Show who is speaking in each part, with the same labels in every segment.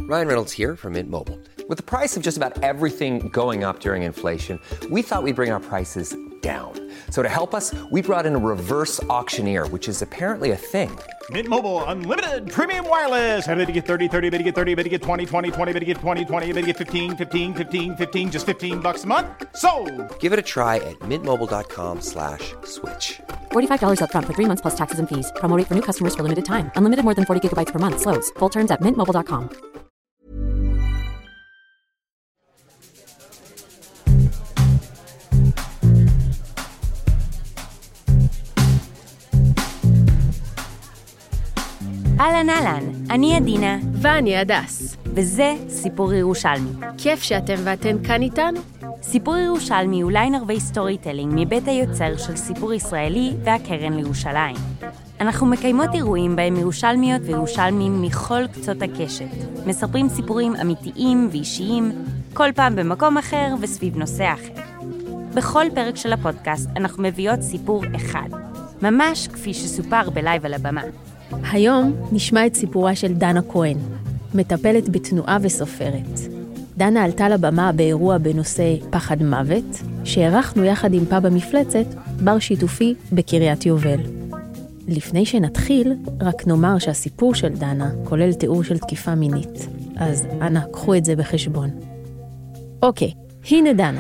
Speaker 1: Ryan Reynolds here from Mint Mobile. With the price of just about everything going up during inflation, we thought we'd bring our prices down. So to help us, we brought in a reverse auctioneer, which is apparently a thing.
Speaker 2: Mint Mobile Unlimited Premium Wireless. How to get 30, 30, bit to get 30, bit to get 20, 20, 20, bit to get 20, 20, bit to get 15, 15, 15, 15, just $15 a month? Sold!
Speaker 1: Give it a try at mintmobile.com/switch.
Speaker 3: $45 up front for 3 months plus taxes and fees. Promo rate for new customers for limited time. Unlimited more than 40 gigabytes per month. Slows full terms at mintmobile.com.
Speaker 4: אהלן אהלן, אני עדינה.
Speaker 5: ואני הדס.
Speaker 4: וזה סיפור ירושלמי.
Speaker 5: כיף שאתם ואתן כאן איתנו.
Speaker 4: סיפור ירושלמי הוא ליין ערבי סטורי טלינג מבית היוצר של סיפור ישראלי והקרן לירושלים. אנחנו מקיימות אירועים בהם ירושלמיות וירושלמים מכל קצות הקשת. מספרים סיפורים אמיתיים ואישיים, כל פעם במקום אחר וסביב נושא אחר. בכל פרק של הפודקאסט אנחנו מביאות סיפור אחד, ממש כפי שסופר בלייב על הבמה.
Speaker 5: היום נשמע את סיפורה של דנה כהן, מטפלת בתנועה וסופרת. דנה עלתה לבמה באירוע בנושא פחד מוות, שערכנו יחד עם פאב המפלצת, בר שיתופי בקריית יובל. לפני שנתחיל, רק נאמר שהסיפור של דנה כולל תיאור של תקיפה מינית. אז אנא, קחו את זה בחשבון. אוקיי, הנה דנה.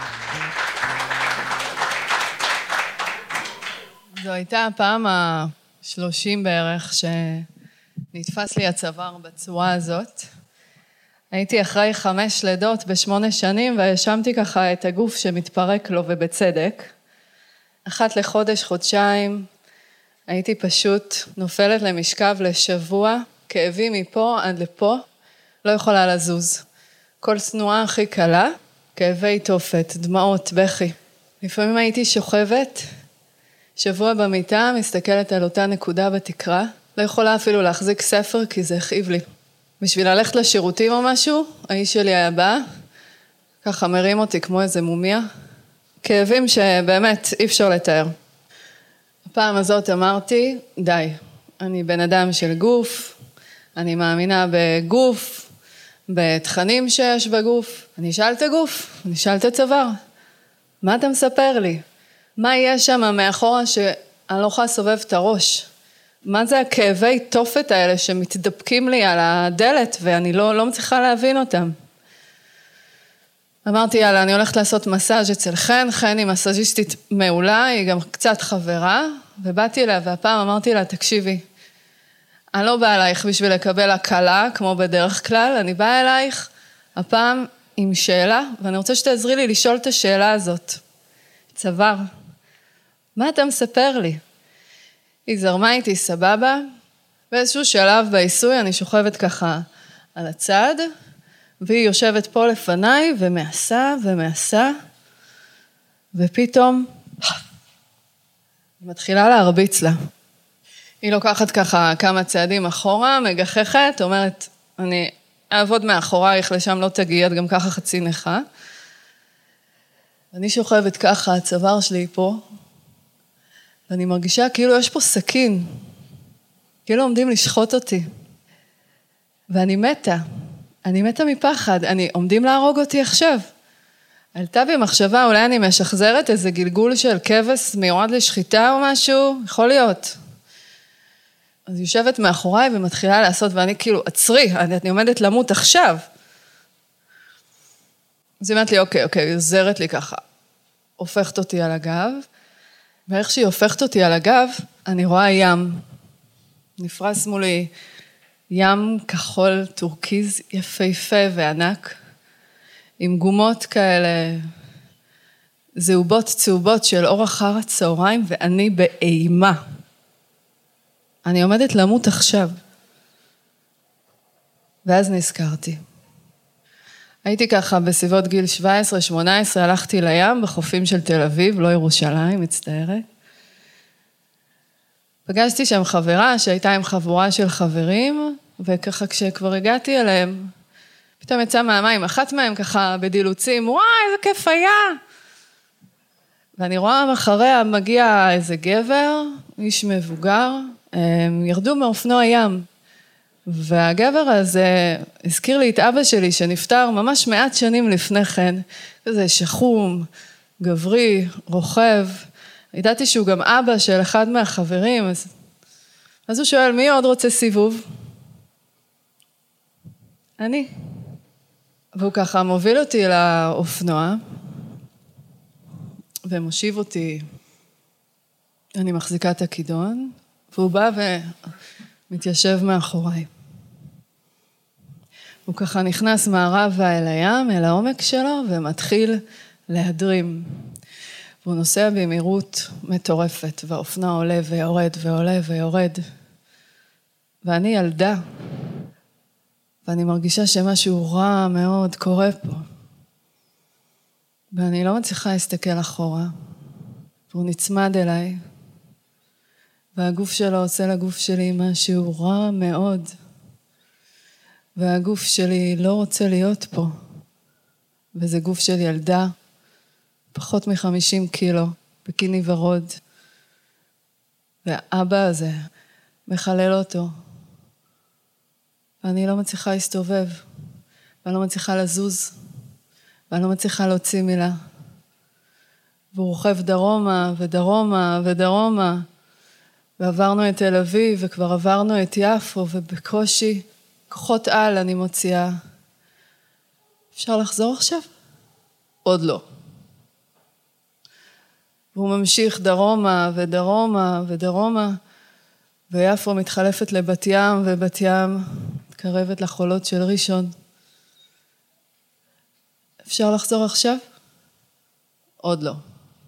Speaker 6: זו הייתה הפעם ה-30 בערך שנתפס לי הצוואר בצורה הזאת. הייתי אחרי 5 לידות ב8 שנים, והאשמתי ככה את הגוף שמתפרק לו ובצדק. אחת לחודש, חודשיים, הייתי פשוט נופלת למשכב לשבוע, כאבים מפה עד לפה, לא יכולה לזוז. כל תנועה הכי קלה, כאבי תופת, דמעות, בכי. לפעמים הייתי שוכבת, שבוע במיטה, מסתכלת על אותה נקודה בתקרה, לא יכולה אפילו להחזיק ספר כי זה הכאיב לי. בשביל ללכת לשירותים או משהו, האיש שלי היה בא, ככה מרים אותי כמו איזה מומיה. כאבים שבאמת אי אפשר לתאר. הפעם הזאת אמרתי, די, אני בן אדם של גוף, אני מאמינה בגוף, בתכנים שיש בגוף. אני אשאל את הגוף, אני אשאל את הצוואר. מה אתה מספר לי? מה יש שם מאחורה שאני לא יכולה לסובב את הראש? מה זה הכאבי תופת האלה שמתדפקים לי על הדלת ואני לא מצליחה להבין אותם? אמרתי, יאללה, אני הולכת לעשות מסאז' אצל חן, חן היא מסאז'יסטית מעולה, היא גם קצת חברה, ובאתי אליה והפעם אמרתי לה, תקשיבי, אני לא באה אלייך בשביל לקבל הקלה, כמו בדרך כלל, אני באה אלייך הפעם עם שאלה, ואני רוצה שתעזרי לי לשאול את השאלה הזאת. צוואר, מה אתה מספר לי? היא זרמה איתי סבבה, באיזשהו שלב בעיסוי אני שוכבת ככה על הצד, והיא יושבת פה לפניי ומעשה, ופתאום היא מתחילה להרביץ לה. היא לוקחת ככה כמה צעדים אחורה, מגחכת, אומרת, אני אעבוד מאחורייך, לשם לא תגיע, את גם ככה חצי נכה. אני שוכבת ככה, הצוואר שלי פה, ואני מרגישה כאילו יש פה סכין, כאילו עומדים לשחוט אותי. ואני מתה מפחד, עומדים להרוג אותי עכשיו. עלתה בי מחשבה, אולי אני משחזרת איזה גלגול של כבש מיועד לשחיטה או משהו, יכול להיות. אז יושבת מאחוריי ומתחילה לעשות, ואני כאילו, עצרי, אני עומדת למות עכשיו. אז היא אומרת לי, אוקיי, היא עוזרת לי ככה, הופכת אותי על הגב, ואיך שהיא הופכת אותי על הגב, אני רואה ים. נפרס מולי ים כחול טורקיז יפהפה וענק, עם גומות כאלה, זהובות צהובות של אור אחר הצהריים, ואני באימה. אני עומדת למות עכשיו. ואז נזכרתי. הייתי ככה בסביבות גיל 17-18, הלכתי לים בחופים של תל אביב, לא ירושלים, מצטערת. פגשתי שם חברה שהייתה עם חבורה של חברים, וככה כשכבר הגעתי אליהם, פתאום יצא מהמים, אחת מהם ככה בדילוצים, וואי, איזה כיף היה. ואני רואה אחריה מגיע איזה גבר, איש מבוגר, הם ירדו מאופנוע ים. והגבר הזה הזכיר לי את אבא שלי שנפטר ממש מעט שנים לפני כן, כזה שחום, גברי, רוכב, ידעתי שהוא גם אבא של אחד מהחברים, אז הוא שואל, מי עוד רוצה סיבוב? אני. והוא ככה מוביל אותי לאופנוע, ומושיב אותי, אני מחזיקה את הכידון, והוא בא ומתיישב מאחוריי. הוא ככה נכנס מערבה אל הים, אל העומק שלו, ומתחיל להדרים. והוא נוסע במהירות מטורפת, והאופנוע עולה ויורד ועולה ויורד. ואני ילדה, ואני מרגישה שמשהו רע מאוד קורה פה. ואני לא מצליחה להסתכל אחורה. והוא נצמד אליי, והגוף שלו עושה לגוף שלי משהו רע מאוד. והגוף שלי לא רוצה להיות פה. וזה גוף של ילדה, פחות מ-50 קילו, בקיני ורוד. והאבא הזה מחלל אותו. ואני לא מצליחה להסתובב, ואני לא מצליחה לזוז, ואני לא מצליחה להוציא מילה. והוא רוכב דרומה ודרומה ודרומה, ועברנו את תל אביב, וכבר עברנו את יפו, ובקושי כוחות על אני מוציאה. אפשר לחזור עכשיו? עוד לא. והוא ממשיך דרומה ודרומה ודרומה, ויפו מתחלפת לבת ים, ובת ים מתקרבת לחולות של ראשון. אפשר לחזור עכשיו? עוד לא.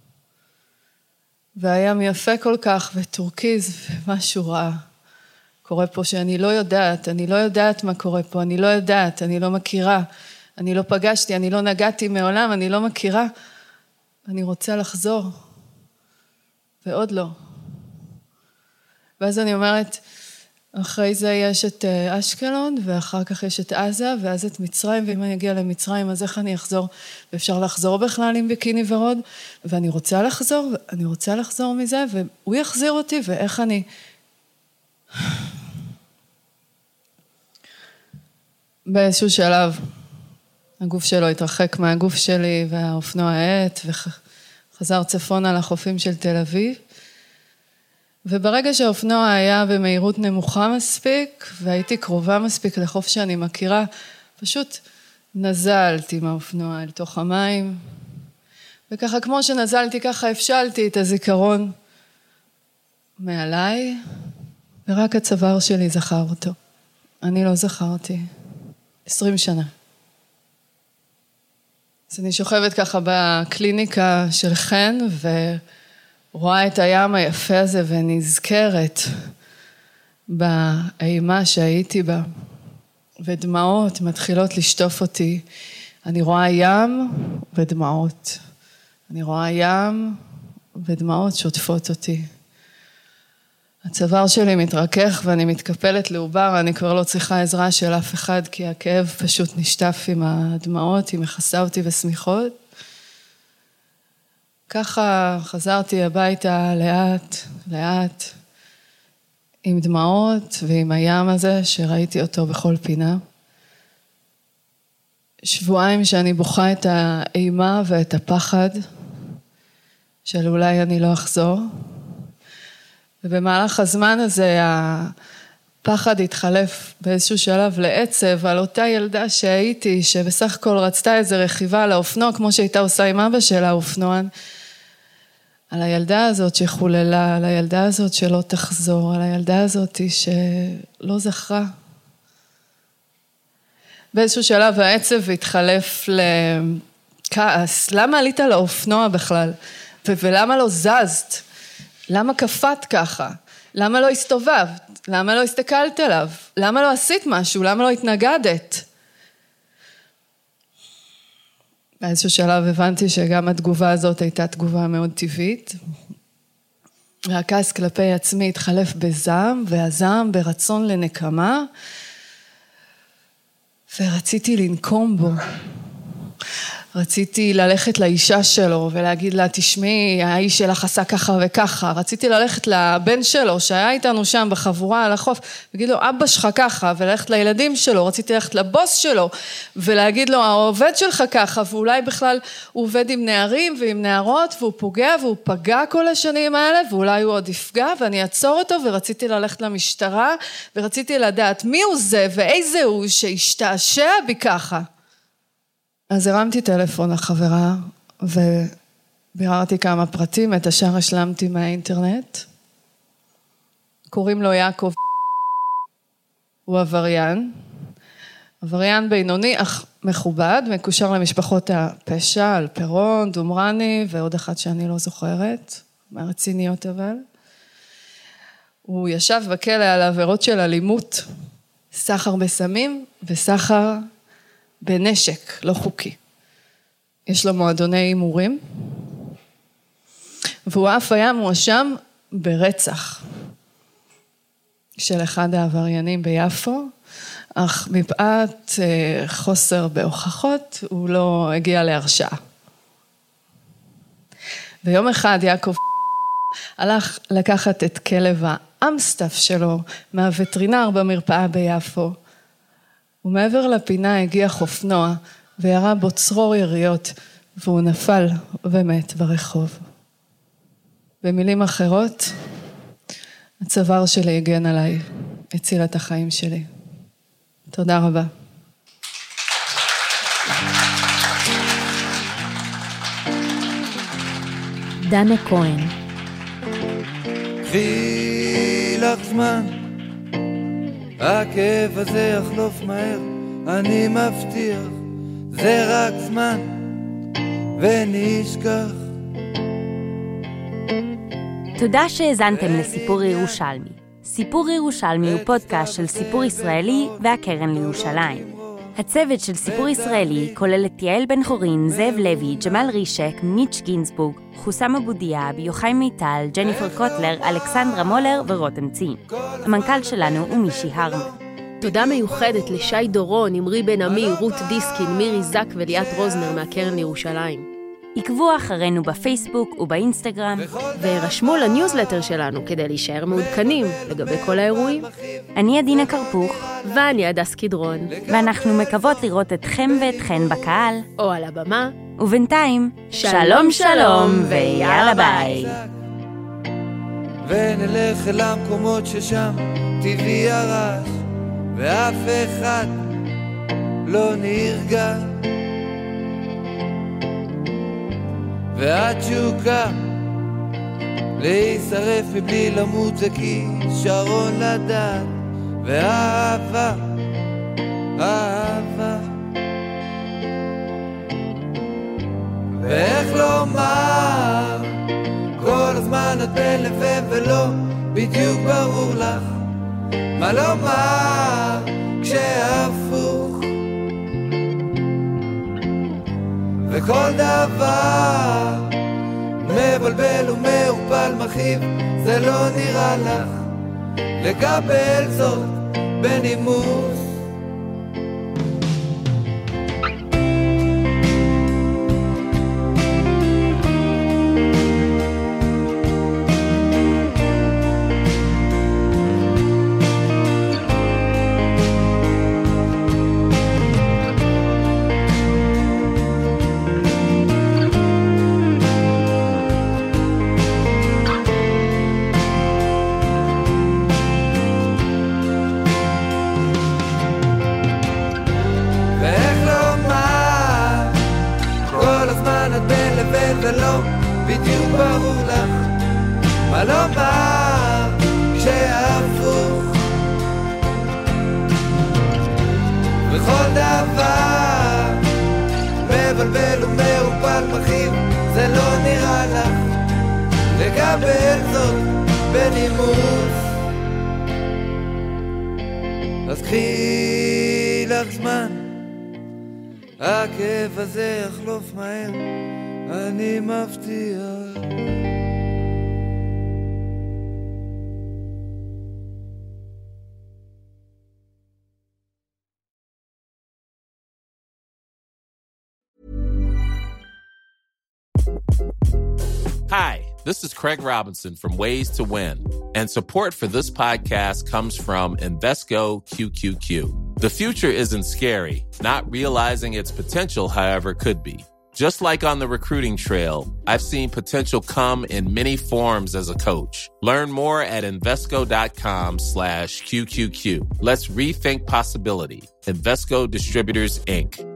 Speaker 6: והים יפה כל כך, וטורקיז, ומשהו רע. קורה פה שאני לא יודעת מה קורה פה, אני לא יודעת, אני לא מכירה, אני לא פגשתי, אני לא נגעתי מעולם, אני לא מכירה. אני רוצה לחזור. ועוד לא. ואז אני אומרת, אחרי זה יש את אשקלון, ואחר כך יש את עזה, ואז את מצרים, ואם אני אגיע למצרים, אז איך אני אחזור? ואפשר לחזור בכלל עם ביקיני ורוד, ואני רוצה לחזור מזה, והוא יחזיר אותי, ואיך אני... באיזשהו שלב, הגוף שלו התרחק מהגוף שלי, והאופנוע העט, וחזר צפון על החופים של תל אביב, וברגע שהאופנוע היה במהירות נמוכה מספיק, והייתי קרובה מספיק לחוף שאני מכירה, פשוט נזלתי מהאופנוע אל תוך המים, וככה כמו שנזלתי, ככה הפשלתי את הזיכרון מעליי, ורק הצוואר שלי זכר אותו. אני לא זכרתי. 20 שנה. אז אני שוכבת ככה בקליניקה של חן, רואה את הים היפה הזה ונזכרת באימה שהייתי בה, ודמעות מתחילות לשטוף אותי. אני רואה ים ודמעות. אני רואה ים ודמעות שוטפות אותי. הצוואר שלי מתרכך ואני מתקפלת לעובר, אני כבר לא צריכה עזרה של אף אחד, כי הכאב פשוט נשטף עם הדמעות, היא מכסה אותי בסמיכות. ככה חזרתי הביתה לאט, לאט, עם דמעות ועם הים הזה שראיתי אותו בכל פינה. שבועיים שאני בוכה את האימה ואת הפחד, של אולי אני לא אחזור. ובמהלך הזמן הזה הפחד התחלף באיזשהו שלב לעצב על אותה ילדה שהייתי, שבסך הכל רצתה איזה רכיבה על האופנוע, כמו שהייתה עושה עם אבא שלה, האופנוען. על הילדה הזאת שחוללה, על הילדה הזאת שלא תחזור, על הילדה הזאת שלא זכרה. באיזשהו שלב העצב התחלף לכעס. למה עלית לאופנוע בכלל? ולמה לא זזת? למה קפאת ככה? למה לא הסתובבת? למה לא הסתכלת עליו? למה לא עשית משהו? למה לא התנגדת? באיזשהו שלב הבנתי שגם התגובה הזאת הייתה תגובה מאוד טבעית. והכעס כלפי עצמי התחלף בזעם, והזעם ברצון לנקמה, ורציתי לנקום בו. רציתי ללכת לאישה שלו ולהגיד לה, תשמעי, האיש שלך עשה ככה וככה. רציתי ללכת לבן שלו שהיה איתנו שם בחבורה על החוף, ולהגיד לו, אבא שלך ככה, וללכת לילדים שלו. רציתי ללכת לבוס שלו ולהגיד לו, העובד שלך ככה, ואולי בכלל הוא עובד עם נערים ועם נערות, והוא פוגע והוא פגע כל השנים האלה, ואולי הוא עוד יפגע, ואני אעצור אותו, ורציתי ללכת למשטרה, ורציתי לדעת מי הוא זה ואיזה הוא שהשתעשע בי ככה. אז הרמתי טלפון לחברה, וביררתי כמה פרטים, את השאר השלמתי מהאינטרנט. קוראים לו יעקב, הוא עבריין בינוני, אך מכובד, מקושר למשפחות הפשע, אלפרון, דומרני, ועוד אחת שאני לא זוכרת, מהרציניות אבל. הוא ישב בכלא על עבירות של אלימות, סחר בסמים וסחר בנשק, לא חוקי. יש לו מועדוני הימורים, והוא אף היה מואשם ברצח של אחד העבריינים ביפו, אך מפאת חוסר בהוכחות הוא לא הגיע להרשעה. ויום אחד יעקב הלך לקחת את כלב האמסטף שלו מהווטרינר במרפאה ביפו, ומעבר לפינה הגיע חופנוע וירה בו צרור יריות, והוא נפל ומת ברחוב. במילים אחרות, הצוואר שלי הגן עליי, הציל את החיים שלי. תודה רבה.
Speaker 5: דנה כהן.
Speaker 7: קחי לך זמן, הכאב הזה יחלוף מהר, אני מבטיח, זה רק זמן, ונשכח.
Speaker 4: תודה שהאזנתם לסיפור ירושלמי. סיפור ירושלמי הוא פודקאסט של סיפור ישראלי והקרן לירושלים. הצוות של סיפור ישראלי כולל את יעל בן חורין, זאב לוי, ג'מאל רישק, מיץ' גינסבורג, חוסם אבו דיאב, יוחאי מיטל, ג'ניפר קוטלר, אלכסנדרה מולר ורותם צין. המנכ"ל שלנו הוא מישי הרמן.
Speaker 5: תודה מיוחדת לשי דורון, אמרי בן עמי, רות דיסקין, מירי זק וליאת רוזנר מהקרן לירושלים.
Speaker 4: עקבו אחרינו בפייסבוק ובאינסטגרם,
Speaker 5: ורשמו לניוזלטר שלנו כדי להישאר מעודכנים לגבי כל האירועים.
Speaker 4: אני עדינה קרפוך,
Speaker 5: ואני הדס קדרון,
Speaker 4: ואנחנו מקוות לראות אתכם ואתכן בקהל,
Speaker 5: או על הבמה,
Speaker 4: ובינתיים, שלום שלום ויאללה ביי.
Speaker 7: ונלך אל המקומות ששם טבעי הרעש, ואף אחד לא נרגע, והתשוקה להישרף מבלי למות זה כישרון לדעת, והאהבה, אהבה, ואיך לומר, כל הזמן את בין לבין ולא בדיוק ברור לך מה לומר כשהפוך, וכל דבר מבלבל ומעורפל מכאיב, זה לא נראה לך לקבל זאת בנימוס. ולא בדיוק ברור לך מה לומר כשהפוך, וכל דבר מבלבל ומעורפל מכאיב, זה לא נראה לך לקבל זאת בנימוס. אז קחי לך זמן, הכאב הזה יחלוף מהר, אני מבטיח.
Speaker 8: Hi, this is Craig Robinson from Ways to Win, and support for this podcast comes from Invesco QQQ. The future isn't scary. Not realizing its potential, however, could be. Just like on the recruiting trail, I've seen potential come in many forms as a coach. Learn more at Invesco.com/QQQ. Let's rethink possibility. Invesco Distributors, Inc.